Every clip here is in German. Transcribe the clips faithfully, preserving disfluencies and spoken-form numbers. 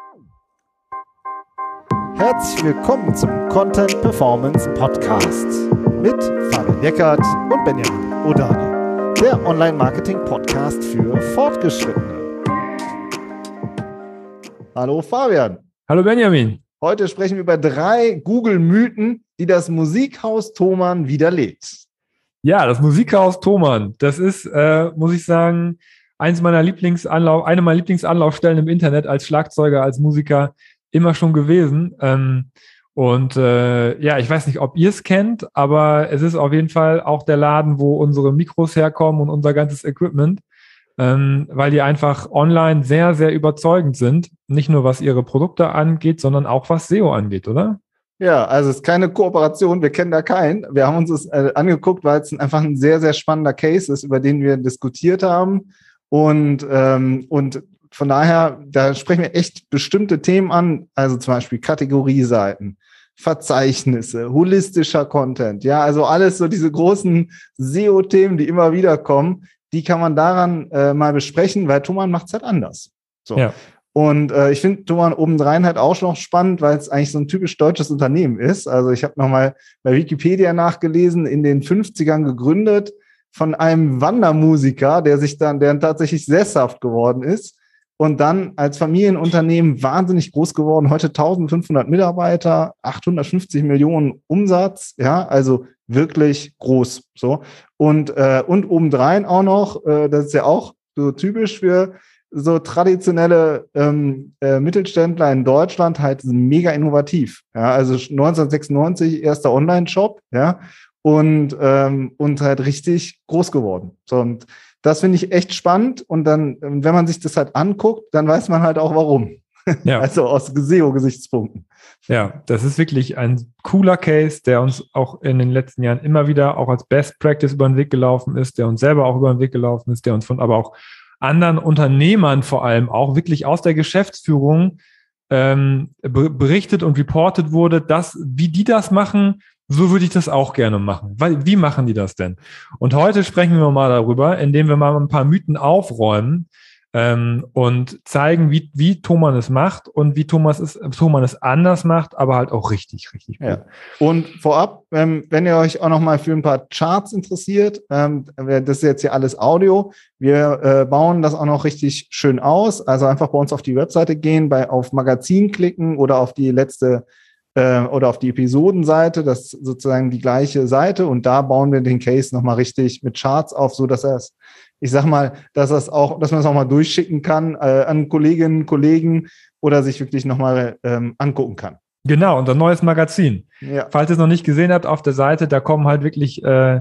Herzlich willkommen zum Content Performance Podcast mit Fabian Jeckert und Benjamin Odani, der Online-Marketing-Podcast für Fortgeschrittene. Hallo Fabian. Hallo Benjamin. Heute sprechen wir über drei Google-Mythen, die das Musikhaus Thomann widerlegt. Ja, das Musikhaus Thomann, das ist, äh, muss ich sagen, eins meiner Lieblingsanlauf, eine meiner Lieblingsanlaufstellen im Internet als Schlagzeuger, als Musiker immer schon gewesen. Ähm, und äh, ja, ich weiß nicht, ob ihr es kennt, aber es ist auf jeden Fall auch der Laden, wo unsere Mikros herkommen und unser ganzes Equipment, ähm, weil die einfach online sehr, sehr überzeugend sind. Nicht nur was ihre Produkte angeht, sondern auch was S E O angeht, oder? Ja, also es ist keine Kooperation, wir kennen da keinen. Wir haben uns das äh, angeguckt, weil es einfach ein sehr, sehr spannender Case ist, über den wir diskutiert haben. Und, ähm, und von daher, da sprechen wir echt bestimmte Themen an, also zum Beispiel Kategorieseiten, Verzeichnisse, holistischer Content, ja, also alles so diese großen S E O-Themen, die immer wieder kommen, die kann man daran äh, mal besprechen, weil Thomann macht es halt anders. So. Ja. Und äh, ich finde Thomann obendrein halt auch noch spannend, weil es eigentlich so ein typisch deutsches Unternehmen ist. Also ich habe nochmal bei Wikipedia nachgelesen, in den fünfzigern gegründet von einem Wandermusiker, der sich dann, der tatsächlich sesshaft geworden ist. Und dann als Familienunternehmen wahnsinnig groß geworden. Heute eintausendfünfhundert Mitarbeiter, achthundertfünfzig Millionen Umsatz. Ja, also wirklich groß. So. Und, äh, und obendrein auch noch, äh, das ist ja auch so typisch für so traditionelle ähm, äh, Mittelständler in Deutschland, halt mega innovativ. Ja, also neunzehnhundertsechsundneunzig erster Online-Shop, ja, und, ähm, und halt richtig groß geworden. So, und das finde ich echt spannend. Und dann, wenn man sich das halt anguckt, dann weiß man halt auch, warum. Ja. Also aus S E O-Gesichtspunkten. Ja, das ist wirklich ein cooler Case, der uns auch in den letzten Jahren immer wieder auch als Best Practice über den Weg gelaufen ist, der uns selber auch über den Weg gelaufen ist, der uns von aber auch anderen Unternehmern vor allem auch wirklich aus der Geschäftsführung ähm, berichtet und reportet wurde, dass, wie die das machen, so würde ich das auch gerne machen. Weil, wie machen die das denn? Und heute sprechen wir mal darüber, indem wir mal ein paar Mythen aufräumen ähm, und zeigen, wie, wie Thomann es macht und wie Thomas es, Thomann es anders macht, aber halt auch richtig, richtig gut. Ja. Und vorab, ähm, wenn ihr euch auch noch mal für ein paar Charts interessiert, ähm, das ist jetzt hier alles Audio, wir äh, bauen das auch noch richtig schön aus. Also einfach bei uns auf die Webseite gehen, bei auf Magazin klicken oder auf die letzte oder auf die Episodenseite, das ist sozusagen die gleiche Seite, und da bauen wir den Case nochmal richtig mit Charts auf, so dass er es, ich sag mal, dass das auch, dass man es auch mal durchschicken kann äh, an Kolleginnen, Kollegen oder sich wirklich nochmal ähm, angucken kann. Genau, unser neues Magazin. Ja. Falls ihr es noch nicht gesehen habt auf der Seite, da kommen halt wirklich äh,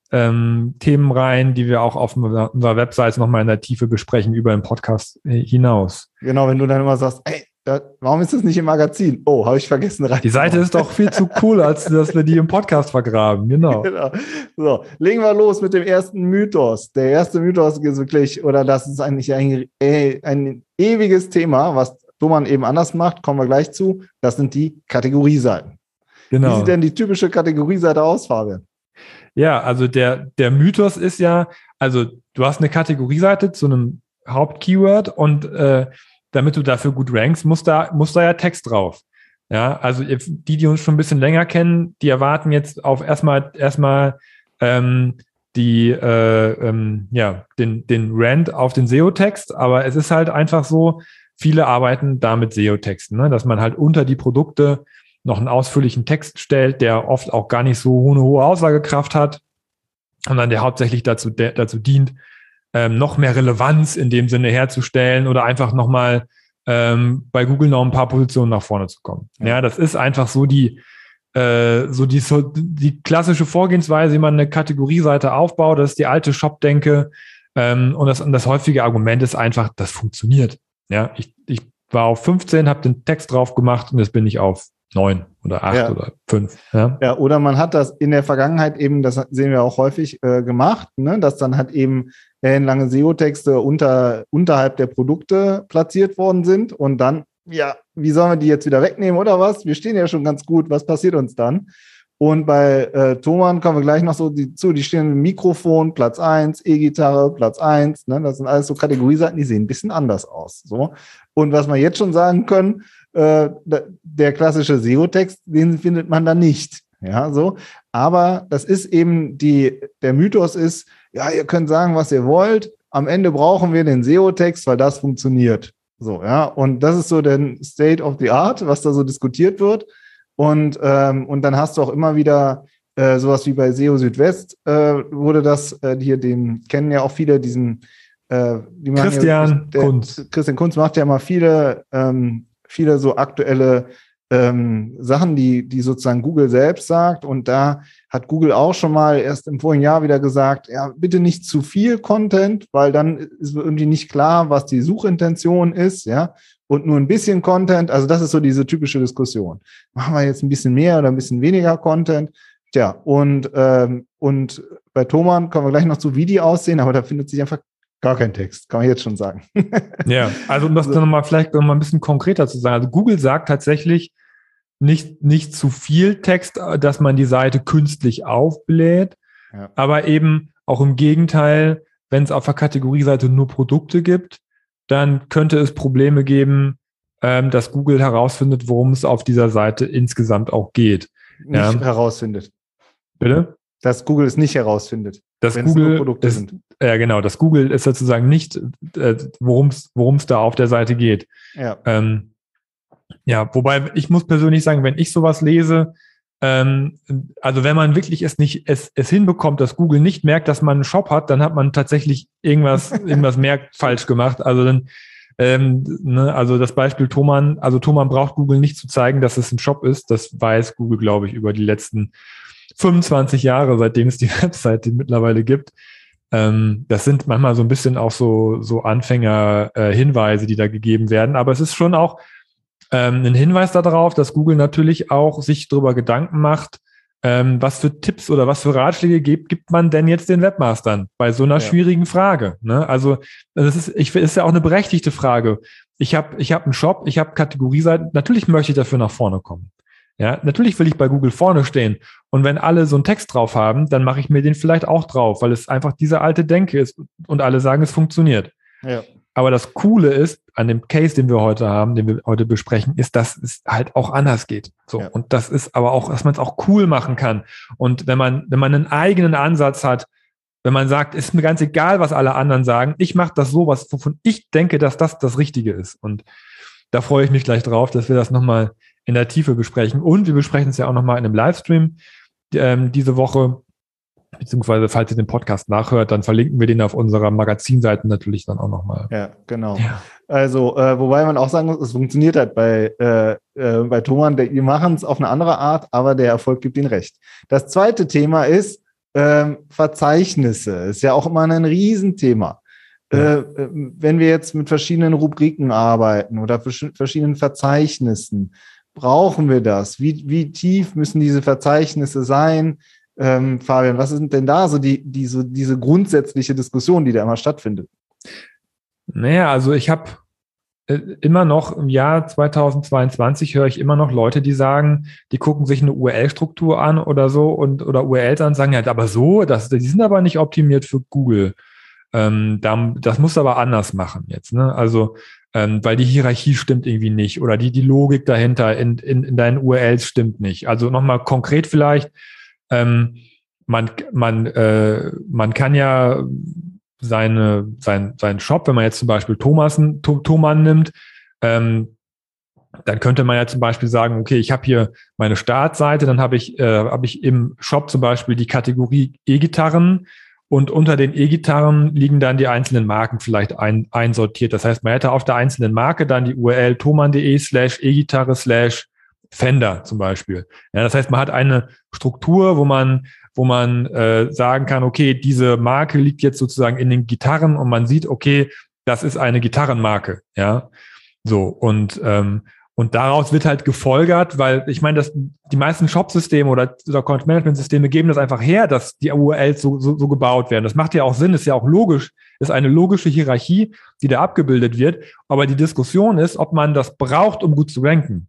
ähm, Themen rein, die wir auch auf unserer Webseite nochmal in der Tiefe besprechen, über den Podcast äh, hinaus. Genau, wenn du dann immer sagst, ey, Da, warum ist das nicht im Magazin? Oh, habe ich vergessen rein. Die Seite ist doch viel zu cool, als dass wir die im Podcast vergraben. Genau. Genau. So, legen wir los mit dem ersten Mythos. Der erste Mythos ist wirklich, oder das ist eigentlich ein, ein ewiges Thema, was Thomann eben anders macht, kommen wir gleich zu. Das sind die Kategorieseiten. Genau. Wie sieht denn die typische Kategorieseite aus, Fabian? Ja, also der, der Mythos ist ja, also du hast eine Kategorieseite zu einem Hauptkeyword und äh, damit du dafür gut rankst, muss da, muss da ja Text drauf. Ja, also die, die uns schon ein bisschen länger kennen, die erwarten jetzt auf erstmal, erstmal ähm, die, äh, ähm, ja, den, den Rant auf den S E O-Text, aber es ist halt einfach so, viele arbeiten da mit S E O-Texten, ne? Dass man halt unter die Produkte noch einen ausführlichen Text stellt, der oft auch gar nicht so eine hohe Aussagekraft hat, sondern der hauptsächlich dazu, der, dazu dient, Ähm, noch mehr Relevanz in dem Sinne herzustellen oder einfach nochmal ähm, bei Google noch ein paar Positionen nach vorne zu kommen. Ja, ja, das ist einfach so die, äh, so die, so die klassische Vorgehensweise, wie man eine Kategorieseite aufbaut. Das ist die alte Shop-Denke. Ähm, und, das, und das häufige Argument ist einfach, das funktioniert. Ja, ich, ich war auf fünfzehn, habe den Text drauf gemacht und jetzt bin ich auf neun oder acht ja. oder fünf. Ja? Ja, oder man hat das in der Vergangenheit eben, das sehen wir auch häufig äh, gemacht, ne, dass dann halt eben lange S E O-Texte unter, unterhalb der Produkte platziert worden sind und dann, ja, wie sollen wir die jetzt wieder wegnehmen oder was? Wir stehen ja schon ganz gut, was passiert uns dann? Und bei äh, Thomann kommen wir gleich noch so die, zu, die stehen im Mikrofon, Platz eins, E-Gitarre, Platz eins. Ne? Das sind alles so Kategorieseiten, die sehen ein bisschen anders aus. So. Und was wir jetzt schon sagen können, äh, der klassische S E O-Text, den findet man da nicht. Ja, so. Aber das ist eben die, der Mythos ist, ja, ihr könnt sagen, was ihr wollt. Am Ende brauchen wir den S E O-Text, weil das funktioniert. So, ja. Und das ist so der State of the Art, was da so diskutiert wird. Und, ähm, und dann hast du auch immer wieder äh, sowas wie bei S E O Südwest, äh, wurde das äh, hier, den kennen ja auch viele, diesen äh, die Christian ja, der, Kunz. Christian Kunz macht ja immer viele, ähm, viele so aktuelle ähm, Sachen, die, die sozusagen Google selbst sagt. Und da hat Google auch schon mal erst im vorigen Jahr wieder gesagt, ja, bitte nicht zu viel Content, weil dann ist irgendwie nicht klar, was die Suchintention ist, ja. Und nur ein bisschen Content, also das ist so diese typische Diskussion. Machen wir jetzt ein bisschen mehr oder ein bisschen weniger Content? Tja, und, ähm, und bei Thomann kommen wir gleich noch zu, wie die aussehen, aber da findet sich einfach gar kein Text, kann man jetzt schon sagen. Ja, also um das so. dann nochmal vielleicht noch mal ein bisschen konkreter zu sagen. Also Google sagt tatsächlich nicht, nicht zu viel Text, dass man die Seite künstlich aufbläht, ja. Aber eben auch im Gegenteil, wenn es auf der Kategorieseite nur Produkte gibt, dann könnte es Probleme geben, ähm, dass Google herausfindet, worum es auf dieser Seite insgesamt auch geht. Nicht ja. herausfindet. Bitte? Dass Google es nicht herausfindet. Dass Google ist, ja genau, dass Google ist sozusagen nicht, äh, worum es worum es da auf der Seite geht. Ja. Ähm, ja, wobei ich muss persönlich sagen, wenn ich sowas lese, ähm, also wenn man wirklich es nicht es, es hinbekommt, dass Google nicht merkt, dass man einen Shop hat, dann hat man tatsächlich irgendwas irgendwas mehr falsch gemacht. Also dann ähm, ne, also das Beispiel Thomann, also Thomann braucht Google nicht zu zeigen, dass es ein Shop ist. Das weiß Google, glaube ich, über die letzten fünfundzwanzig Jahre, seitdem es die Webseite mittlerweile gibt. Ähm, das sind manchmal so ein bisschen auch so, so Anfänger-Hinweise, äh, die da gegeben werden. Aber es ist schon auch ähm, ein Hinweis darauf, dass Google natürlich auch sich darüber Gedanken macht, ähm, was für Tipps oder was für Ratschläge gibt, gibt man denn jetzt den Webmastern bei so einer ja. schwierigen Frage. Ne? Also das ist, ich finde, ist ja auch eine berechtigte Frage. Ich habe ich hab einen Shop, ich habe Kategorieseiten, natürlich möchte ich dafür nach vorne kommen. Ja, natürlich will ich bei Google vorne stehen. Und wenn alle so einen Text drauf haben, dann mache ich mir den vielleicht auch drauf, weil es einfach diese alte Denke ist und alle sagen, es funktioniert. Ja. Aber das Coole ist, an dem Case, den wir heute haben, den wir heute besprechen, ist, dass es halt auch anders geht. So. Ja. Und das ist aber auch, dass man es auch cool machen kann. Und wenn man, wenn man einen eigenen Ansatz hat, wenn man sagt, ist mir ganz egal, was alle anderen sagen, ich mache das so, was, wovon ich denke, dass das das Richtige ist. Und da freue ich mich gleich drauf, dass wir das nochmal in der Tiefe besprechen. Und wir besprechen es ja auch nochmal in einem Livestream ähm, diese Woche. Beziehungsweise, falls ihr den Podcast nachhört, dann verlinken wir den auf unserer Magazinseite natürlich dann auch nochmal. Ja, genau. Ja. Also, äh, wobei man auch sagen muss, es funktioniert halt bei, äh, äh, bei Thomann, die machen es auf eine andere Art, aber der Erfolg gibt ihnen recht. Das zweite Thema ist äh, Verzeichnisse. Ist ja auch immer ein Riesenthema. Ja. Äh, wenn wir jetzt mit verschiedenen Rubriken arbeiten oder verschiedenen Verzeichnissen, brauchen wir das? Wie, wie tief müssen diese Verzeichnisse sein? Ähm, Fabian, was sind denn da so die, die so diese grundsätzliche Diskussion, die da immer stattfindet? Naja, also ich habe äh, immer noch im Jahr zweitausendzweiundzwanzig höre ich immer noch Leute, die sagen, die gucken sich eine U R L-Struktur an oder so und oder U R Ls an und sagen, ja, aber so, das, die sind aber nicht optimiert für Google. Ähm, da, das musst du aber anders machen jetzt, ne? Also ähm, weil die Hierarchie stimmt irgendwie nicht oder die, die Logik dahinter in, in, in deinen U R Ls stimmt nicht. Also nochmal konkret vielleicht, ähm, man, man, äh, man kann ja seine, sein, seinen Shop, wenn man jetzt zum Beispiel Thomassen, Thomann nimmt, ähm, dann könnte man ja zum Beispiel sagen, okay, ich habe hier meine Startseite, dann habe ich, äh, habe ich im Shop zum Beispiel die Kategorie E-Gitarren. Und unter den E-Gitarren liegen dann die einzelnen Marken vielleicht ein, einsortiert. Das heißt, man hätte auf der einzelnen Marke dann die U R L thomann.de slash E-Gitarre slash Fender zum Beispiel. Ja, das heißt, man hat eine Struktur, wo man, wo man äh, sagen kann, okay, diese Marke liegt jetzt sozusagen in den Gitarren und man sieht, okay, das ist eine Gitarrenmarke. Ja, so und ähm, Und daraus wird halt gefolgert, weil ich meine, dass die meisten Shop-Systeme oder, oder Content-Management-Systeme geben das einfach her, dass die U R Ls so, so, so gebaut werden. Das macht ja auch Sinn, ist ja auch logisch, ist eine logische Hierarchie, die da abgebildet wird. Aber die Diskussion ist, ob man das braucht, um gut zu ranken.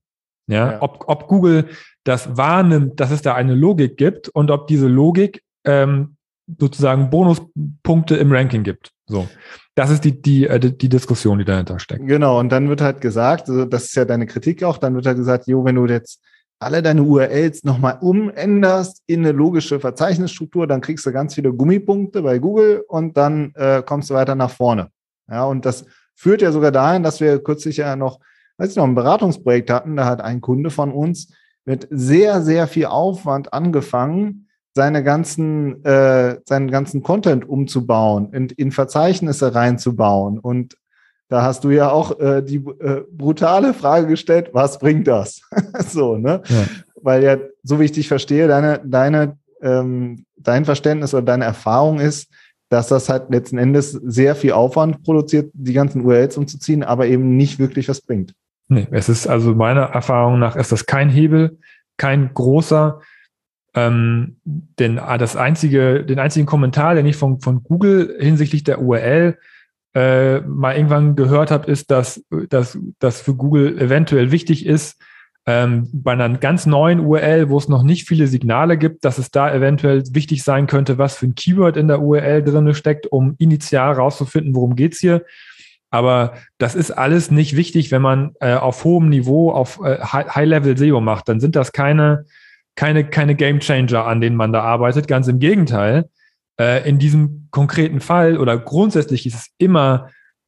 Ja, Ja. Ob, ob Google das wahrnimmt, dass es da eine Logik gibt und ob diese Logik ähm, sozusagen Bonuspunkte im Ranking gibt. So. Das ist die, die, äh, die Diskussion, die dahinter steckt. Genau, und dann wird halt gesagt, also das ist ja deine Kritik auch, dann wird halt gesagt, jo, wenn du jetzt alle deine U R Ls nochmal umänderst in eine logische Verzeichnisstruktur, dann kriegst du ganz viele Gummipunkte bei Google und dann äh, kommst du weiter nach vorne. Ja, und das führt ja sogar dahin, dass wir kürzlich ja noch, weiß ich noch, ein Beratungsprojekt hatten, da hat ein Kunde von uns mit sehr, sehr viel Aufwand angefangen, seine ganzen, äh, seinen ganzen Content umzubauen und in Verzeichnisse reinzubauen. Und da hast du ja auch äh, die äh, brutale Frage gestellt, was bringt das? so, ne? Ja. Weil ja, so wie ich dich verstehe, deine, deine, ähm, dein Verständnis oder deine Erfahrung ist, dass das halt letzten Endes sehr viel Aufwand produziert, die ganzen U R Ls umzuziehen, aber eben nicht wirklich was bringt. Nee, es ist also meiner Erfahrung nach ist das kein Hebel, kein großer. Ähm, denn das einzige, den einzigen Kommentar, den ich von, von Google hinsichtlich der U R L äh, mal irgendwann gehört habe, ist, dass das für Google eventuell wichtig ist, ähm, bei einer ganz neuen U R L, wo es noch nicht viele Signale gibt, dass es da eventuell wichtig sein könnte, was für ein Keyword in der U R L drin steckt, um initial rauszufinden, worum geht's hier. Aber das ist alles nicht wichtig, wenn man äh, auf hohem Niveau, auf äh, High-Level-S E O macht. Dann sind das keine keine, keine Game Changer, an denen man da arbeitet. Ganz im Gegenteil. Äh, in diesem konkreten Fall oder grundsätzlich ist es immer,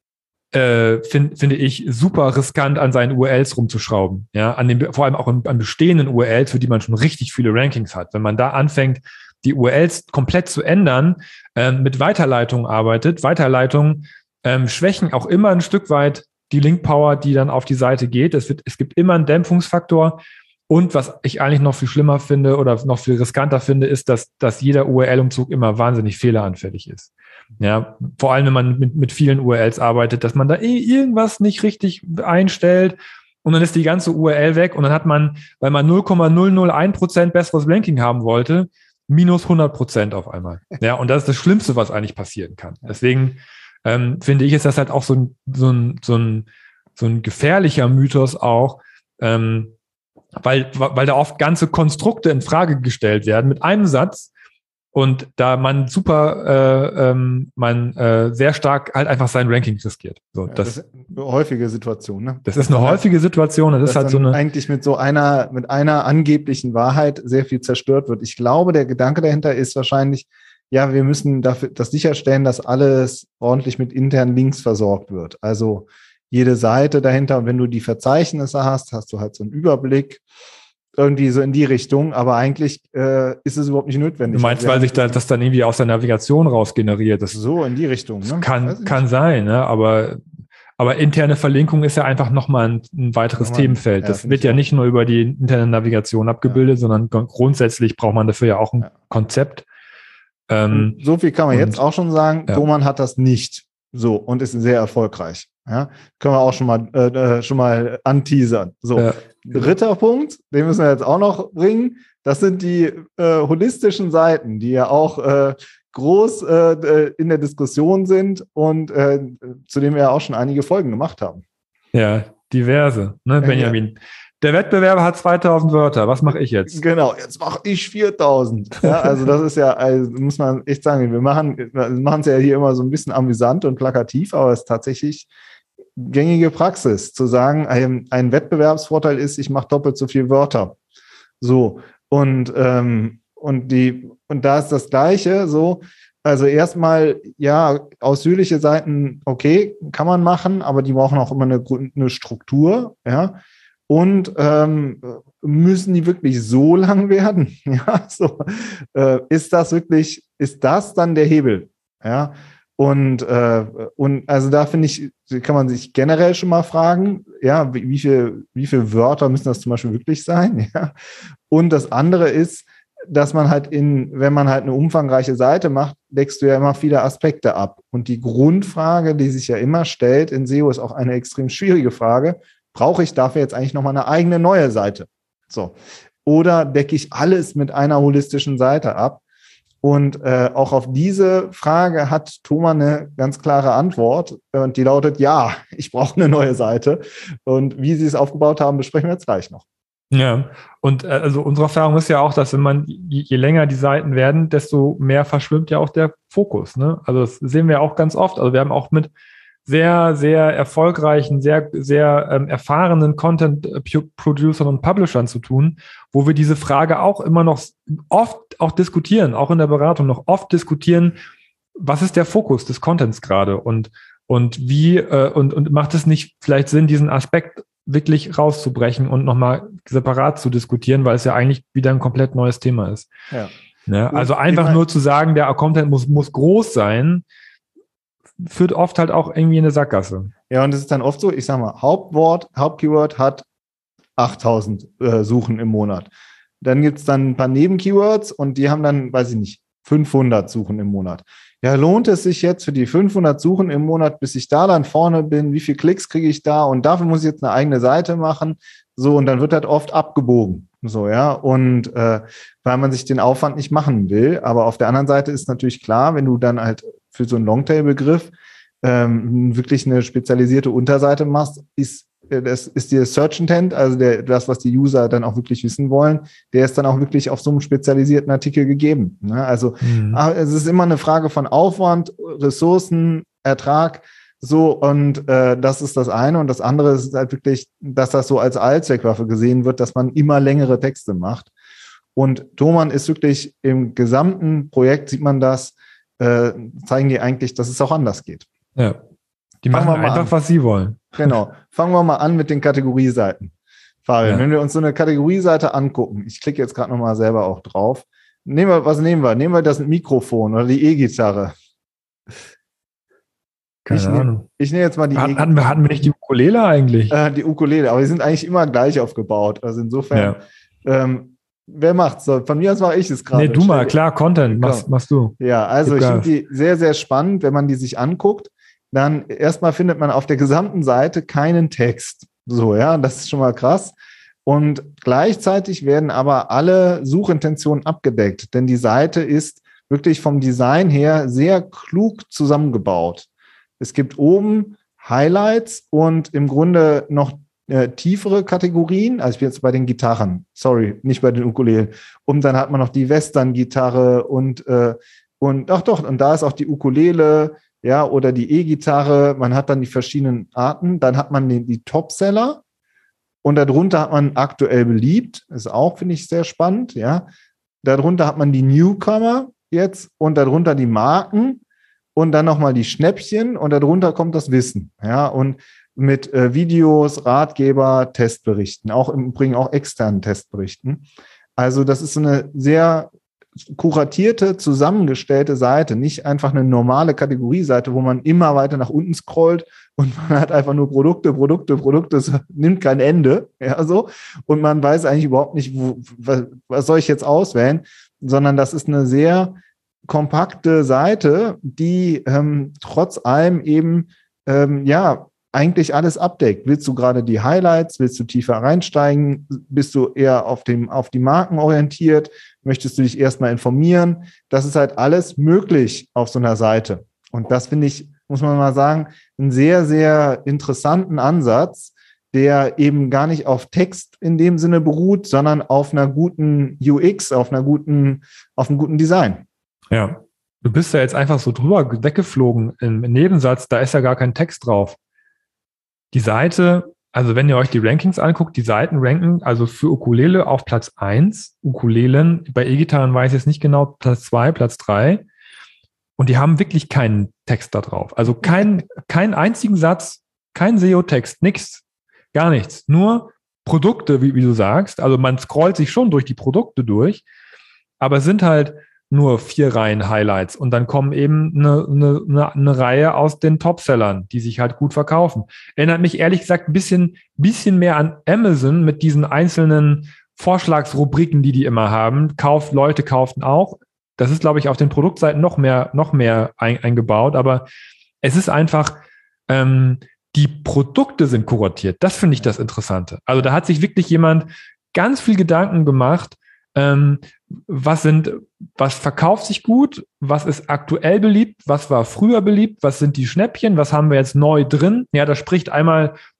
äh, find, finde ich, super riskant, an seinen U R Ls rumzuschrauben. Ja, an den, vor allem auch an, an bestehenden U R Ls, für die man schon richtig viele Rankings hat. Wenn man da anfängt, die U R Ls komplett zu ändern, äh, mit Weiterleitungen arbeitet, Weiterleitungen ähm, schwächen auch immer ein Stück weit die Link-Power, die dann auf die Seite geht. Es, wird, es gibt immer einen Dämpfungsfaktor. Und was ich eigentlich noch viel schlimmer finde oder noch viel riskanter finde, ist, dass, dass jeder U R L-Umzug immer wahnsinnig fehleranfällig ist. Ja, vor allem, wenn man mit, mit vielen U R Ls arbeitet, dass man da eh irgendwas nicht richtig einstellt und dann ist die ganze U R L weg und dann hat man, weil man null Komma null null eins Prozent besseres Ranking haben wollte, minus hundert Prozent auf einmal. Ja, und das ist das Schlimmste, was eigentlich passieren kann. Deswegen ähm, finde ich, ist das halt auch so ein, so ein, so ein, so ein gefährlicher Mythos auch, ähm, weil, weil da oft ganze Konstrukte in Frage gestellt werden mit einem Satz und da man super, äh, ähm, man äh, sehr stark halt einfach sein Ranking riskiert. So, Ja, das, das ist eine häufige Situation, ne? Das ist eine häufige Situation. Das ist halt so eine eigentlich mit so einer, mit einer angeblichen Wahrheit sehr viel zerstört wird. Ich glaube, der Gedanke dahinter ist wahrscheinlich, ja, wir müssen dafür das sicherstellen, dass alles ordentlich mit internen Links versorgt wird. Also jede Seite dahinter. Und wenn du die Verzeichnisse hast, hast du halt so einen Überblick, irgendwie so in die Richtung. Aber eigentlich äh, ist es überhaupt nicht notwendig. Du meinst, weil sich da, das dann irgendwie aus der Navigation raus generiert? Das so in die Richtung. Ne? Kann, kann sein, ne? aber, aber interne Verlinkung ist ja einfach nochmal ein, ein weiteres nochmal, Themenfeld. Das ja, wird ja auch. Nicht nur über die interne Navigation abgebildet, ja. sondern grundsätzlich braucht man dafür ja auch ein ja. Konzept. Ähm, so viel kann man und, jetzt auch schon sagen. Ja. Thomann hat das nicht so und ist sehr erfolgreich. Ja, können wir auch schon mal äh, schon mal anteasern. So, ja. Dritter Punkt, den müssen wir jetzt auch noch bringen. Das sind die äh, holistischen Seiten, die ja auch äh, groß äh, in der Diskussion sind und äh, zu denen wir ja auch schon einige Folgen gemacht haben. Ja, diverse, ne, Benjamin. Ja. Der Wettbewerber hat zweitausend Wörter. Was mache ich jetzt? Genau, jetzt mache ich viertausend. Ja, also das ist ja, also muss man echt sagen, wir machen wir machen es ja hier immer so ein bisschen amüsant und plakativ, aber es ist tatsächlich gängige Praxis, zu sagen, ein, ein Wettbewerbsvorteil ist, ich mache doppelt so viele Wörter. So, und, ähm, und, die, und da ist das Gleiche, so, also erstmal, ja, ausführliche Seiten, okay, kann man machen, aber die brauchen auch immer eine, eine Struktur, ja, und ähm, müssen die wirklich so lang werden? Ja, so, äh, ist das wirklich, ist das dann der Hebel? Ja, Und, äh, und also da finde ich, kann man sich generell schon mal fragen, ja, wie, wie viel, wie viele Wörter müssen das zum Beispiel wirklich sein? Ja? Und das andere ist, dass man halt in, wenn man halt eine umfangreiche Seite macht, deckst du ja immer viele Aspekte ab. Und die Grundfrage, die sich ja immer stellt in S E O, ist auch eine extrem schwierige Frage. Brauche ich dafür jetzt eigentlich nochmal eine eigene neue Seite? So. Oder decke ich alles mit einer holistischen Seite ab? Und äh, auch auf diese Frage hat Thomann eine ganz klare Antwort. Und die lautet, ja, ich brauche eine neue Seite. Und wie sie es aufgebaut haben, besprechen wir jetzt gleich noch. Ja, und äh, also unsere Erfahrung ist ja auch, dass wenn man, je, je länger die Seiten werden, desto mehr verschwimmt ja auch der Fokus, ne? Also das sehen wir auch ganz oft. Also wir haben auch mit sehr, sehr erfolgreichen, sehr, sehr ähm, erfahrenen Content-Producern und Publishern zu tun, wo wir diese Frage auch immer noch oft auch diskutieren, auch in der Beratung noch oft diskutieren, was ist der Fokus des Contents gerade und, und wie, äh, und, und macht es nicht vielleicht Sinn, diesen Aspekt wirklich rauszubrechen und nochmal separat zu diskutieren, weil es ja eigentlich wieder ein komplett neues Thema ist. Ja. Ne? Also einfach nur zu sagen, der Content muss, muss groß sein, führt oft halt auch irgendwie in eine Sackgasse. Ja, und es ist dann oft so, ich sag mal, Hauptwort, Hauptkeyword hat achttausend äh, Suchen im Monat. Dann gibt es dann ein paar Nebenkeywords und die haben dann, weiß ich nicht, fünfhundert Suchen im Monat. Ja, lohnt es sich jetzt für die fünfhundert Suchen im Monat, bis ich da dann vorne bin? Wie viele Klicks kriege ich da? Und dafür muss ich jetzt eine eigene Seite machen. So, und dann wird halt oft abgebogen. So, ja. Und äh, weil man sich den Aufwand nicht machen will. Aber auf der anderen Seite ist natürlich klar, wenn du dann halt für so einen Longtail-Begriff ähm, wirklich eine spezialisierte Unterseite machst, ist das ist der Search Intent, also der, das, was die User dann auch wirklich wissen wollen, der ist dann auch wirklich auf so einem spezialisierten Artikel gegeben. Ne? Also mhm. es ist immer eine Frage von Aufwand, Ressourcen, Ertrag, so, und äh, das ist das eine. Und das andere ist halt wirklich, dass das so als Allzweckwaffe gesehen wird, dass man immer längere Texte macht. Und Thomann ist wirklich im gesamten Projekt, sieht man das, äh, zeigen die eigentlich, dass es auch anders geht. Ja. Die machen einfach, an. was sie wollen. Genau. Fangen wir mal an mit den Kategorieseiten. Fabian, ja. Wenn wir uns so eine Kategorieseite angucken, ich klicke jetzt gerade nochmal selber auch drauf. Nehmen wir, was nehmen wir? Nehmen wir das Mikrofon oder die E-Gitarre? Keine ich Ahnung. Nehm, ich nehme jetzt mal die Hat, E-Gitarre. Hatten wir, hatten wir nicht die Ukulele eigentlich? Äh, die Ukulele, aber die sind eigentlich immer gleich aufgebaut. Also insofern, ja. ähm, wer macht's? So, von mir aus mache ich es gerade. Nee, du mal, klar, Content machst, machst du. Ja, also ich finde die sehr, sehr spannend, wenn man die sich anguckt. Dann erstmal findet man auf der gesamten Seite keinen Text. So, ja, das ist schon mal krass. Und gleichzeitig werden aber alle Suchintentionen abgedeckt, denn die Seite ist wirklich vom Design her sehr klug zusammengebaut. Es gibt oben Highlights und im Grunde noch äh, tiefere Kategorien, also ich bin jetzt bei den Gitarren, sorry, nicht bei den Ukulelen. Und dann hat man noch die Western-Gitarre und, äh, und ach doch, und da ist auch die Ukulele, ja, oder die E-Gitarre, man hat dann die verschiedenen Arten, dann hat man die, die Topseller und darunter hat man aktuell beliebt, ist auch, finde ich, sehr spannend, ja. Darunter hat man die Newcomer jetzt und darunter die Marken und dann nochmal die Schnäppchen und darunter kommt das Wissen, ja, und mit äh, Videos, Ratgeber, Testberichten, auch im Übrigen auch externen Testberichten. Also das ist so eine sehr kuratierte, zusammengestellte Seite, nicht einfach eine normale Kategorieseite, wo man immer weiter nach unten scrollt und man hat einfach nur Produkte, Produkte, Produkte, es nimmt kein Ende, ja, so, und man weiß eigentlich überhaupt nicht, wo, was, was soll ich jetzt auswählen, sondern das ist eine sehr kompakte Seite, die ähm, trotz allem eben, ähm, ja, eigentlich alles abdeckt. Willst du gerade die Highlights? Willst du tiefer reinsteigen? Bist du eher auf dem, auf die Marken orientiert? Möchtest du dich erstmal informieren? Das ist halt alles möglich auf so einer Seite. Und das finde ich, muss man mal sagen, einen sehr, sehr interessanten Ansatz, der eben gar nicht auf Text in dem Sinne beruht, sondern auf einer guten U X, auf einer guten, auf einem guten Design. Ja. Du bist ja jetzt einfach so drüber weggeflogen im Nebensatz, da ist ja gar kein Text drauf. Die Seite, also wenn ihr euch die Rankings anguckt, die Seiten ranken also für Ukulele auf Platz eins, Ukulelen, bei E-Gitarren weiß ich jetzt nicht genau, Platz zwei, Platz drei. Und die haben wirklich keinen Text da drauf. Also kein, keinen einzigen Satz, kein S E O-Text, nichts, gar nichts. Nur Produkte, wie, wie du sagst. Also man scrollt sich schon durch die Produkte durch, aber es sind halt nur vier Reihen Highlights und dann kommen eben eine, eine, eine Reihe aus den Topsellern, die sich halt gut verkaufen. Erinnert mich ehrlich gesagt ein bisschen, bisschen mehr an Amazon mit diesen einzelnen Vorschlagsrubriken, die die immer haben. Kauf, Leute kauften auch. Das ist, glaube ich, auf den Produktseiten noch mehr, noch mehr ein, eingebaut, aber es ist einfach, ähm, die Produkte sind kuratiert. Das finde ich das Interessante. Also da hat sich wirklich jemand ganz viel Gedanken gemacht, ähm, was sind, was verkauft sich gut, was ist aktuell beliebt, was war früher beliebt, was sind die Schnäppchen, was haben wir jetzt neu drin? Ja, da spricht einmal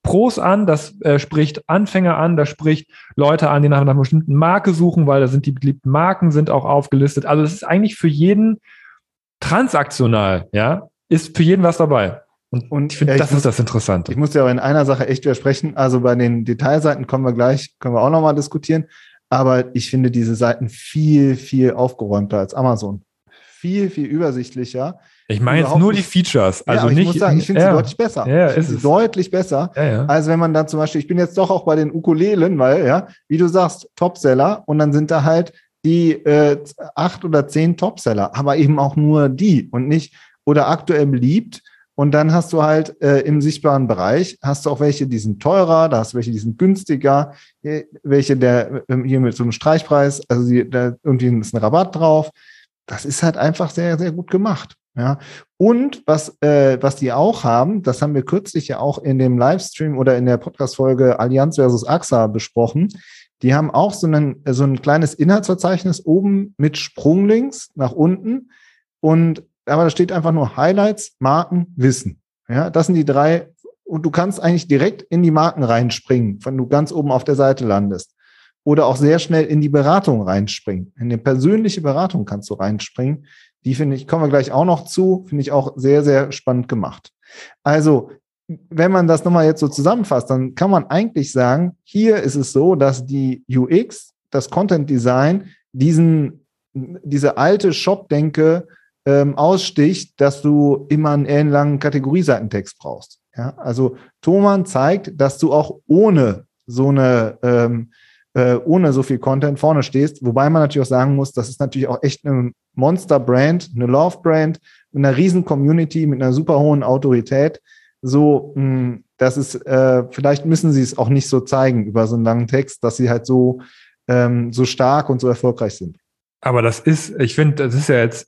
Pros an, das äh, spricht Anfänger an, das spricht Leute an, die nach einer bestimmten Marke suchen, weil da sind die beliebten Marken, sind auch aufgelistet. Also es ist eigentlich für jeden transaktional, ja, ist für jeden was dabei. Und, und ich finde, ja, das muss, ist das Interessante. Ich muss dir aber in einer Sache echt widersprechen. Also bei den Detailseiten kommen wir gleich, können wir auch nochmal diskutieren. Aber ich finde diese Seiten viel, viel aufgeräumter als Amazon. Viel, viel übersichtlicher. Ich meine jetzt nur die Features. Also ja, ich nicht, muss sagen, ich finde ja, sie deutlich besser. Ja, ich finde sie deutlich besser. Ja, ja. Also wenn man dann zum Beispiel, ich bin jetzt doch auch bei den Ukulelen, weil, ja, wie du sagst, Topseller und dann sind da halt die äh, acht oder zehn Topseller, aber eben auch nur die und nicht oder aktuell beliebt. Und dann hast du halt äh, im sichtbaren Bereich, hast du auch welche, die sind teurer, da hast du welche, die sind günstiger, welche der hier mit so einem Streichpreis, also die, da irgendwie ist ein Rabatt drauf. Das ist halt einfach sehr, sehr gut gemacht. Ja. Und was, äh, was die auch haben, das haben wir kürzlich ja auch in dem Livestream oder in der Podcast-Folge Allianz versus A X A besprochen. Die haben auch so, einen, so ein kleines Inhaltsverzeichnis oben mit Sprunglinks nach unten und aber da steht einfach nur Highlights, Marken, Wissen. Ja, das sind die drei. Und du kannst eigentlich direkt in die Marken reinspringen, wenn du ganz oben auf der Seite landest. Oder auch sehr schnell in die Beratung reinspringen. In die persönliche Beratung kannst du reinspringen. Die finde ich, kommen wir gleich auch noch zu, finde ich auch sehr, sehr spannend gemacht. Also, wenn man das nochmal jetzt so zusammenfasst, dann kann man eigentlich sagen, hier ist es so, dass die U X, das Content Design, diesen, diese alte Shop-Denke Ähm, aussticht, dass du immer einen ellenlangen Kategorieseitentext brauchst. Ja, also Thomann zeigt, dass du auch ohne so eine, ähm, äh, ohne so viel Content vorne stehst, wobei man natürlich auch sagen muss, das ist natürlich auch echt eine Monster-Brand, eine Love-Brand mit einer riesen Community, mit einer super hohen Autorität. So, mh, das ist, äh, vielleicht müssen sie es auch nicht so zeigen über so einen langen Text, dass sie halt so, ähm, so stark und so erfolgreich sind. Aber das ist, ich finde, das ist ja jetzt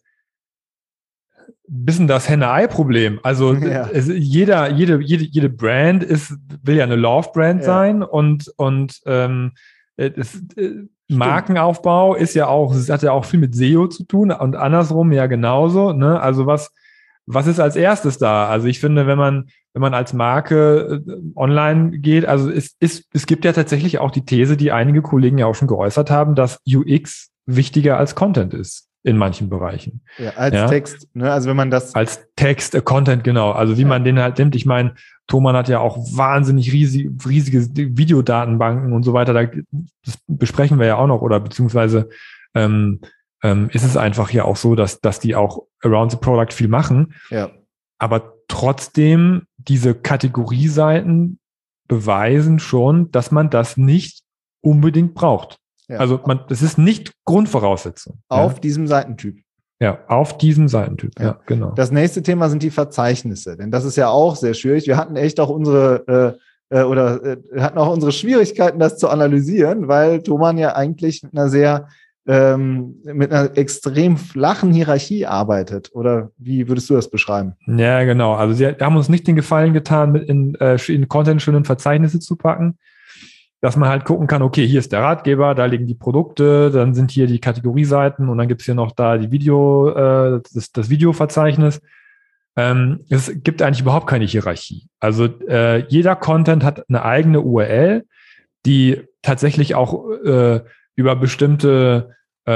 bisschen das Henne-Ei-Problem. Also ja. es, jeder, jede, jede, jede Brand ist, will ja eine Love-Brand ja. sein und, und ähm, es, äh, Markenaufbau ist ja auch, es hat ja auch viel mit S E O zu tun und andersrum ja genauso. Ne? Also was, was ist als erstes da? Also ich finde, wenn man, wenn man als Marke äh, online geht, also es, es, es gibt ja tatsächlich auch die These, die einige Kollegen ja auch schon geäußert haben, dass U X wichtiger als Content ist. In manchen Bereichen. Ja, als ja? Text, ne? Also wenn man das... Als Text, äh, Content, genau. Also wie ja. man den halt nimmt. Ich meine, Thomann hat ja auch wahnsinnig riesig, riesige Videodatenbanken und so weiter. Da, das besprechen wir ja auch noch. Oder beziehungsweise ähm, ähm, ist es einfach ja auch so, dass, dass die auch around the product viel machen. Ja. Aber trotzdem, diese Kategorieseiten beweisen schon, dass man das nicht unbedingt braucht. Ja. Also man, das ist nicht Grundvoraussetzung. Auf ja. diesem Seitentyp. Ja, auf diesem Seitentyp, ja. ja, genau. Das nächste Thema sind die Verzeichnisse, denn das ist ja auch sehr schwierig. Wir hatten echt auch unsere äh, oder äh, hatten auch unsere Schwierigkeiten, das zu analysieren, weil Thomann ja eigentlich mit einer sehr ähm, mit einer extrem flachen Hierarchie arbeitet. Oder wie würdest du das beschreiben? Ja, genau. Also sie haben uns nicht den Gefallen getan, mit in, äh, in Content schön in Verzeichnisse zu packen, dass man halt gucken kann, okay, hier ist der Ratgeber, da liegen die Produkte, dann sind hier die Kategorieseiten und dann gibt's hier noch da die Video, äh, das, das Videoverzeichnis. Ähm, es gibt eigentlich überhaupt keine Hierarchie. Also äh, jeder Content hat eine eigene U R L, die tatsächlich auch äh, über bestimmte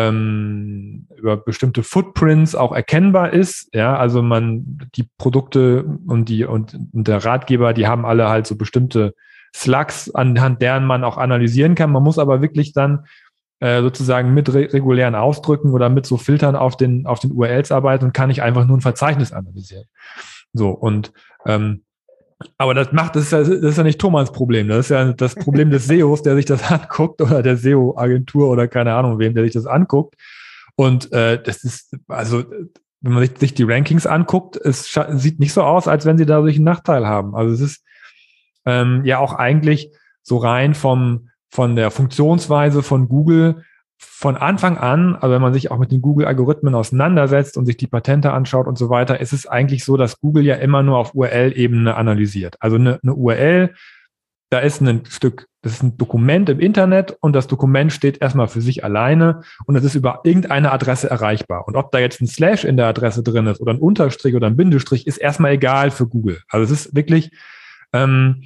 ähm, über bestimmte Footprints auch erkennbar ist. Ja, also man die Produkte und die und, und der Ratgeber, die haben alle halt so bestimmte Slugs, anhand deren man auch analysieren kann. Man muss aber wirklich dann äh, sozusagen mit re- regulären Ausdrücken oder mit so Filtern auf den auf den U R Ls arbeiten und kann nicht einfach nur ein Verzeichnis analysieren. So, und ähm, aber das macht, das ist ja, das ist ja nicht Thomanns Problem. Das ist ja das Problem des S E Os, der sich das anguckt, oder der S E O-Agentur oder keine Ahnung wem, der sich das anguckt. Und äh, das ist, also wenn man sich, sich die Rankings anguckt, es scha- sieht nicht so aus, als wenn sie dadurch einen Nachteil haben. Also es ist ähm, ja auch eigentlich so rein vom von der Funktionsweise von Google von Anfang an, also wenn man sich auch mit den Google-Algorithmen auseinandersetzt und sich die Patente anschaut und so weiter, ist es eigentlich so, dass Google ja immer nur auf U R L-Ebene analysiert. Also eine, eine U R L, da ist ein Stück, das ist ein Dokument im Internet und das Dokument steht erstmal für sich alleine und es ist über irgendeine Adresse erreichbar. Und ob da jetzt ein Slash in der Adresse drin ist oder ein Unterstrich oder ein Bindestrich, ist erstmal egal für Google. Also es ist wirklich, ähm,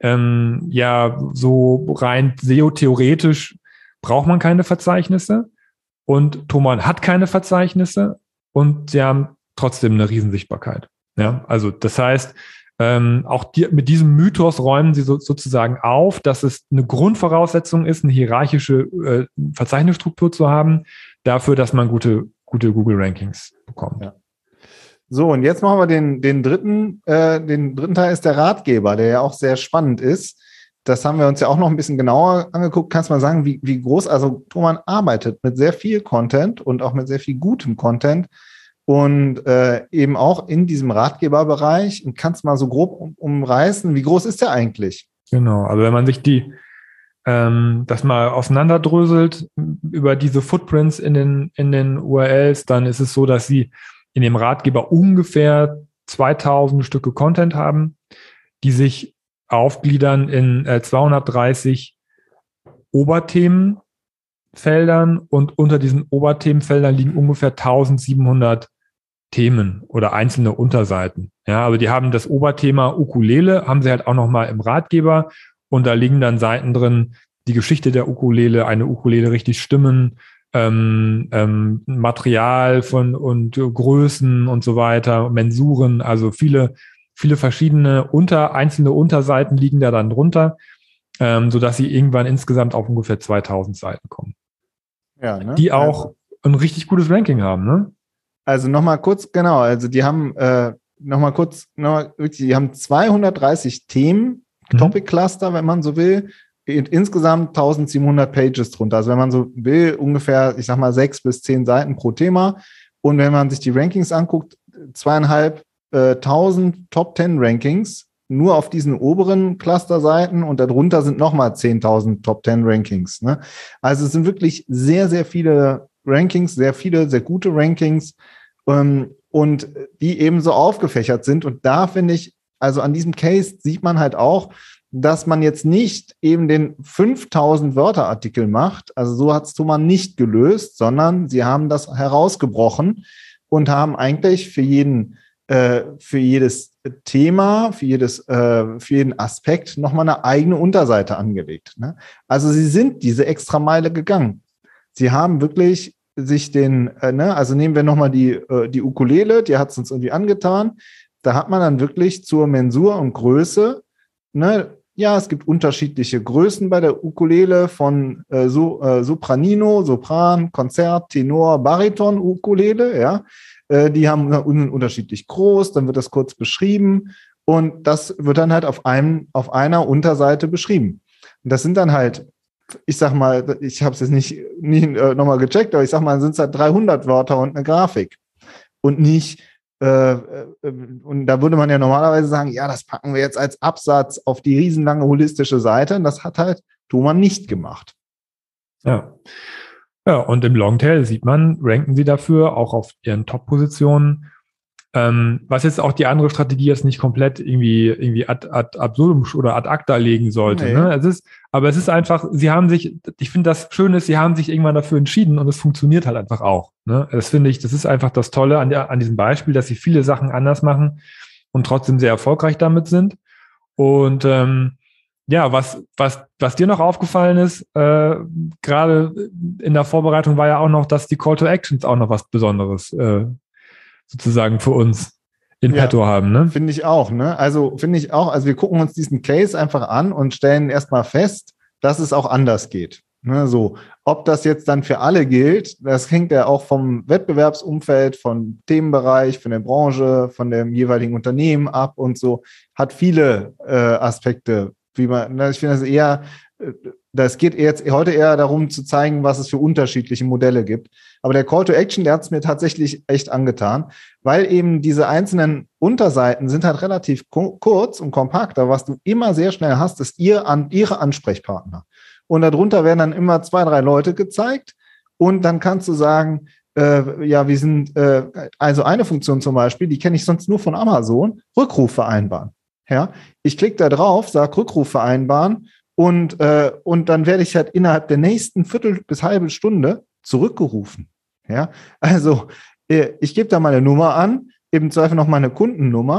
ähm, ja, so rein S E O-theoretisch braucht man keine Verzeichnisse und Thomann hat keine Verzeichnisse und sie haben trotzdem eine Riesensichtbarkeit. Ja, also das heißt, ähm, auch die, mit diesem Mythos räumen sie so, sozusagen auf, dass es eine Grundvoraussetzung ist, eine hierarchische äh, Verzeichnisstruktur zu haben, dafür, dass man gute, gute Google-Rankings bekommt. Ja. So, und jetzt machen wir den, den dritten, äh, den dritten Teil ist der Ratgeber, der ja auch sehr spannend ist. Das haben wir uns ja auch noch ein bisschen genauer angeguckt. Kannst du mal sagen, wie, wie groß, also Thomann arbeitet mit sehr viel Content und auch mit sehr viel gutem Content und äh, eben auch in diesem Ratgeberbereich. Und kannst du mal so grob um, umreißen, wie groß ist der eigentlich? Genau, also wenn man sich die ähm, das mal auseinanderdröselt über diese Footprints in den, in den U R Ls, dann ist es so, dass sie in dem Ratgeber ungefähr zweitausend Stücke Content haben, die sich aufgliedern in äh, zweihundertdreißig Oberthemenfeldern und unter diesen Oberthemenfeldern liegen ungefähr eintausendsiebenhundert Themen oder einzelne Unterseiten. Ja, aber die haben das Oberthema Ukulele, haben sie halt auch nochmal im Ratgeber und da liegen dann Seiten drin, die Geschichte der Ukulele, eine Ukulele richtig stimmen, ähm, ähm, Material von und Größen und so weiter, Mensuren, also viele, viele verschiedene unter, einzelne Unterseiten liegen da dann drunter, ähm, sodass sie irgendwann insgesamt auf ungefähr zweitausend Seiten kommen. Ja, ne? Die auch also ein richtig gutes Ranking haben, ne? Also nochmal kurz, genau, also die haben äh, nochmal kurz, noch mal, wirklich, die haben zweihundertdreißig Themen, mhm. Topic-Cluster, wenn man so will, insgesamt eintausendsiebenhundert Pages drunter. Also wenn man so will, ungefähr, ich sag mal, sechs bis zehn Seiten pro Thema. Und wenn man sich die Rankings anguckt, zweieinhalb äh, tausend Top Ten Rankings nur auf diesen oberen Cluster-Seiten und darunter sind nochmal zehntausend Top Ten Rankings. Ne? Also es sind wirklich sehr, sehr viele Rankings, sehr viele, sehr gute Rankings ähm, und die eben so aufgefächert sind. Und da finde ich, also an diesem Case sieht man halt auch, dass man jetzt nicht eben den fünftausend Wörter Artikel macht. Also so hat es Thomann nicht gelöst, sondern sie haben das herausgebrochen und haben eigentlich für jeden, äh, für jedes Thema, für jedes, äh, für jeden Aspekt nochmal eine eigene Unterseite angelegt. Ne? Also sie sind diese Extrameile gegangen. Sie haben wirklich sich den, äh, ne, also nehmen wir nochmal die, äh, die Ukulele, die hat es uns irgendwie angetan. Da hat man dann wirklich zur Mensur und Größe, ne, ja, es gibt unterschiedliche Größen bei der Ukulele von äh, so, äh, Sopranino, Sopran, Konzert, Tenor, Bariton Ukulele, ja. Äh, die haben un- unterschiedlich groß, dann wird das kurz beschrieben und das wird dann halt auf einem, auf einer Unterseite beschrieben. Und das sind dann halt, ich sag mal, ich habe es jetzt nicht, nicht äh, nochmal gecheckt, aber ich sag mal, sind es halt dreihundert Wörter und eine Grafik und nicht Äh, und da würde man ja normalerweise sagen, ja, das packen wir jetzt als Absatz auf die riesenlange holistische Seite. Und das hat halt Thomann nicht gemacht. Ja. Ja, und im Longtail sieht man, ranken sie dafür auch auf ihren Top-Positionen. Ähm, was jetzt auch die andere Strategie jetzt nicht komplett irgendwie, irgendwie ad, ad absurdum oder ad acta legen sollte. Nee. Ne? Es ist, aber es ist einfach, sie haben sich, ich finde das Schöne ist, sie haben sich irgendwann dafür entschieden und es funktioniert halt einfach auch. Ne? Das finde ich, das ist einfach das Tolle an, der, an diesem Beispiel, dass sie viele Sachen anders machen und trotzdem sehr erfolgreich damit sind. Und ähm, ja, was, was, was dir noch aufgefallen ist, äh, gerade in der Vorbereitung war ja auch noch, dass die Call to Actions auch noch was Besonderes äh, sozusagen für uns in ja, petto haben, ne? Finde ich auch, ne? Also finde ich auch, also wir gucken uns diesen Case einfach an und stellen erstmal fest, dass es auch anders geht. Ne? So, ob das jetzt dann für alle gilt, das hängt ja auch vom Wettbewerbsumfeld, vom Themenbereich, von der Branche, von dem jeweiligen Unternehmen ab und so, hat viele äh, Aspekte, wie man, ne? Ich finde das eher, das geht jetzt heute eher darum zu zeigen, was es für unterschiedliche Modelle gibt. Aber der Call to Action, der hat es mir tatsächlich echt angetan, weil eben diese einzelnen Unterseiten sind halt relativ kurz und kompakt. Aber was du immer sehr schnell hast, ist ihr an, ihre Ansprechpartner. Und darunter werden dann immer zwei, drei Leute gezeigt. Und dann kannst du sagen, äh, ja, wir sind, äh, also eine Funktion zum Beispiel, die kenne ich sonst nur von Amazon, Rückruf vereinbaren. Ja, ich klicke da drauf, sage Rückruf vereinbaren. Und, äh, und dann werde ich halt innerhalb der nächsten Viertel bis halbe Stunde zurückgerufen. Ja, also äh, ich gebe da meine Nummer an, im Zweifel noch meine Kundennummer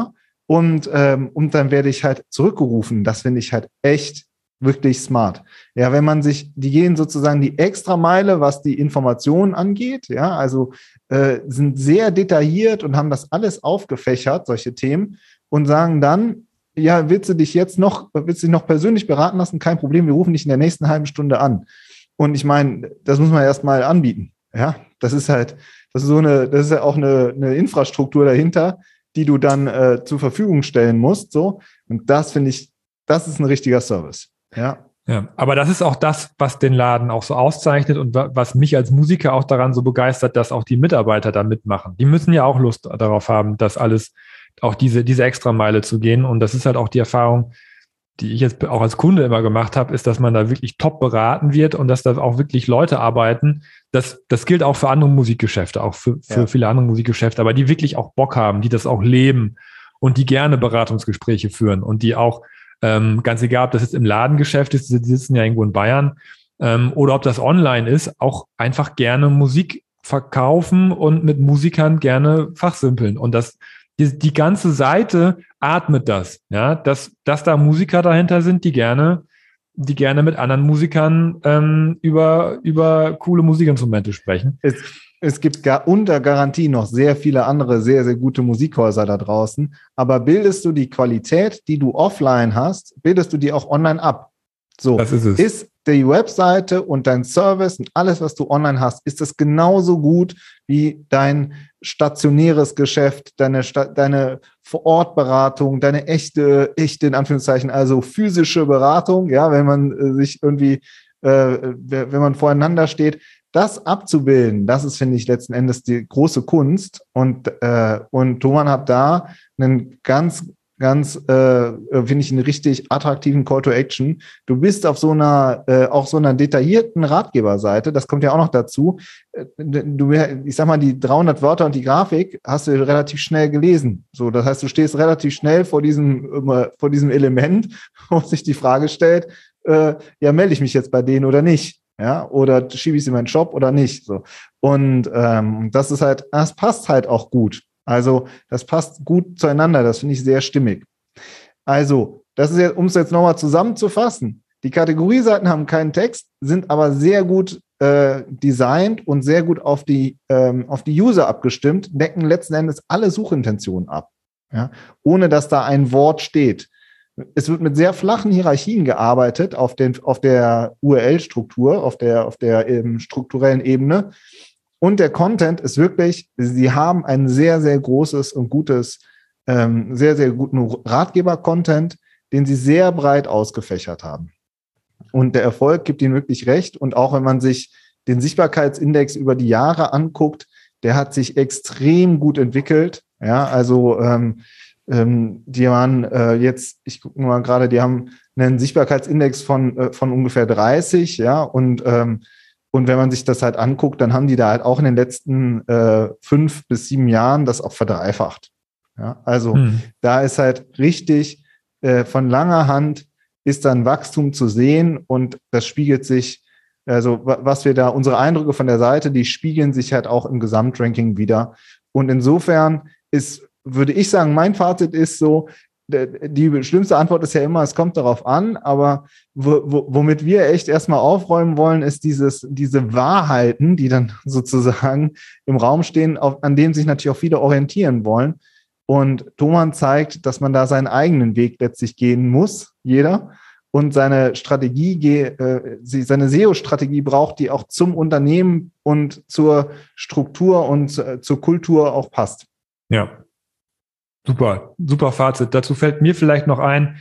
und, ähm, und dann werde ich halt zurückgerufen. Das finde ich halt echt wirklich smart. Ja, wenn man sich, die gehen sozusagen die Extrameile, was die Informationen angeht, ja, also äh, sind sehr detailliert und haben das alles aufgefächert, solche Themen, und sagen dann, ja, willst du dich jetzt noch, willst du dich noch persönlich beraten lassen? Kein Problem, wir rufen dich in der nächsten halben Stunde an. Und ich meine, das muss man erstmal anbieten. Ja, das ist halt, das ist so eine, das ist ja auch eine, eine Infrastruktur dahinter, die du dann äh, zur Verfügung stellen musst. So. Und das finde ich, das ist ein richtiger Service. Ja. Ja, aber das ist auch das, was den Laden auch so auszeichnet und was mich als Musiker auch daran so begeistert, dass auch die Mitarbeiter da mitmachen. Die müssen ja auch Lust darauf haben, das alles, auch diese, diese Extrameile zu gehen. Und das ist halt auch die Erfahrung, die ich jetzt auch als Kunde immer gemacht habe, ist, dass man da wirklich top beraten wird und dass da auch wirklich Leute arbeiten. Das, das gilt auch für andere Musikgeschäfte, auch für, für ja. viele andere Musikgeschäfte, aber die wirklich auch Bock haben, die das auch leben und die gerne Beratungsgespräche führen und die auch, ähm, ganz egal, ob das jetzt im Ladengeschäft ist, die sitzen ja irgendwo in Bayern, ähm, oder ob das online ist, auch einfach gerne Musik verkaufen und mit Musikern gerne fachsimpeln. Und das Die, die ganze Seite atmet das, ja, dass, dass da Musiker dahinter sind, die gerne, die gerne mit anderen Musikern ähm, über, über coole Musikinstrumente sprechen. Es, es gibt gar unter Garantie noch sehr viele andere sehr, sehr gute Musikhäuser da draußen, aber bildest du die Qualität, die du offline hast, bildest du die auch online ab? So, das ist es. Ist die Webseite und dein Service und alles, was du online hast, ist das genauso gut wie dein stationäres Geschäft, deine, deine Vor-Ort-Beratung, deine echte, echte, in Anführungszeichen, also physische Beratung, ja, wenn man äh, sich irgendwie, äh, wenn man voreinander steht, das abzubilden, das ist, finde ich, letzten Endes die große Kunst. Und, äh, und Thomann hat da einen ganz ganz, äh, finde ich, einen richtig attraktiven Call to Action. Du bist auf so einer, äh, auch so einer detaillierten Ratgeberseite, das kommt ja auch noch dazu. Du, ich sag mal, die dreihundert Wörter und die Grafik hast du relativ schnell gelesen. So, das heißt, du stehst relativ schnell vor diesem, äh, vor diesem Element, wo sich die Frage stellt, äh, ja, melde ich mich jetzt bei denen oder nicht? Ja, oder schiebe ich sie in meinen Shop oder nicht? So. Und ähm, das ist halt, das passt halt auch gut. Also das passt gut zueinander, das finde ich sehr stimmig. Also, das ist jetzt, um es jetzt nochmal zusammenzufassen, die Kategorieseiten haben keinen Text, sind aber sehr gut äh, designt und sehr gut auf die, ähm, auf die User abgestimmt, decken letzten Endes alle Suchintentionen ab, ja, ohne dass da ein Wort steht. Es wird mit sehr flachen Hierarchien gearbeitet auf, den, auf der U R L-Struktur, auf der, auf der ähm, strukturellen Ebene. Und der Content ist wirklich, sie haben ein sehr, sehr großes und gutes, ähm, sehr, sehr guten Ratgeber-Content, den sie sehr breit ausgefächert haben. Und der Erfolg gibt ihnen wirklich recht. Und auch wenn man sich den Sichtbarkeitsindex über die Jahre anguckt, der hat sich extrem gut entwickelt. Ja, also ähm, ähm, die waren äh, jetzt, ich gucke mal gerade, die haben einen Sichtbarkeitsindex von, äh, von ungefähr dreißig, ja, und ähm, Und wenn man sich das halt anguckt, dann haben die da halt auch in den letzten äh, fünf bis sieben Jahren das auch verdreifacht. Ja, also hm. da ist halt richtig äh, von langer Hand ist dann Wachstum zu sehen und das spiegelt sich, also was wir da, unsere Eindrücke von der Seite, die spiegeln sich halt auch im Gesamtranking wieder. Und insofern ist, würde ich sagen, mein Fazit ist so, die schlimmste Antwort ist ja immer, es kommt darauf an, aber wo, wo, womit wir echt erstmal aufräumen wollen, ist dieses, diese Wahrheiten, die dann sozusagen im Raum stehen, auf, an denen sich natürlich auch viele orientieren wollen. Und Thomann zeigt, dass man da seinen eigenen Weg letztlich gehen muss, jeder, und seine Strategie, äh, seine S E O-Strategie braucht, die auch zum Unternehmen und zur Struktur und äh, zur Kultur auch passt. Ja. Super, super Fazit. Dazu fällt mir vielleicht noch ein,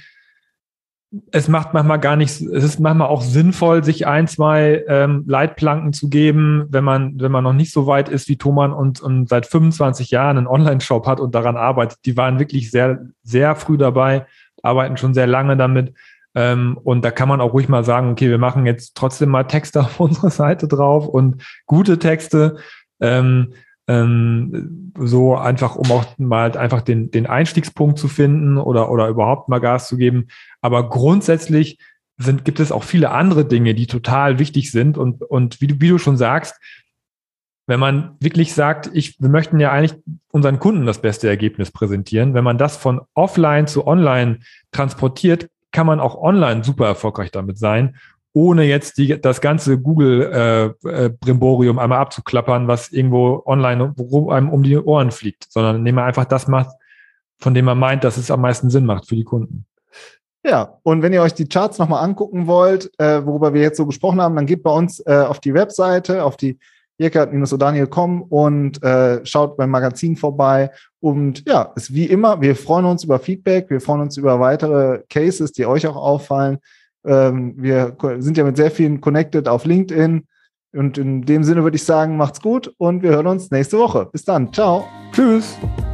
es macht manchmal gar nicht, es ist manchmal auch sinnvoll, sich ein, zwei ähm, Leitplanken zu geben, wenn man, wenn man noch nicht so weit ist wie Thomann und, und seit fünfundzwanzig Jahren einen Online-Shop hat und daran arbeitet. Die waren wirklich sehr, sehr früh dabei, arbeiten schon sehr lange damit. Ähm, und da kann man auch ruhig mal sagen, okay, wir machen jetzt trotzdem mal Texte auf unsere Seite drauf und gute Texte. Ähm, Ähm, so einfach, um auch mal einfach den, den Einstiegspunkt zu finden oder, oder überhaupt mal Gas zu geben. Aber grundsätzlich sind, gibt es auch viele andere Dinge, die total wichtig sind. Und, und wie du, wie du schon sagst, wenn man wirklich sagt, ich, wir möchten ja eigentlich unseren Kunden das beste Ergebnis präsentieren, wenn man das von offline zu online transportiert, kann man auch online super erfolgreich damit sein, ohne jetzt die, das ganze Google-Brimborium äh, äh, einmal abzuklappern, was irgendwo online rum, einem um die Ohren fliegt, sondern indem man einfach das macht, von dem man meint, dass es am meisten Sinn macht für die Kunden. Ja, und wenn ihr euch die Charts nochmal angucken wollt, äh, worüber wir jetzt so gesprochen haben, dann geht bei uns äh, auf die Webseite, auf die Eckert O'Daniel punkt com und äh, schaut beim Magazin vorbei. Und ja, ist wie immer, wir freuen uns über Feedback, wir freuen uns über weitere Cases, die euch auch auffallen. Ähm, wir sind ja mit sehr vielen connected auf LinkedIn. Und in dem Sinne würde ich sagen, macht's gut und wir hören uns nächste Woche. Bis dann. Ciao. Tschüss.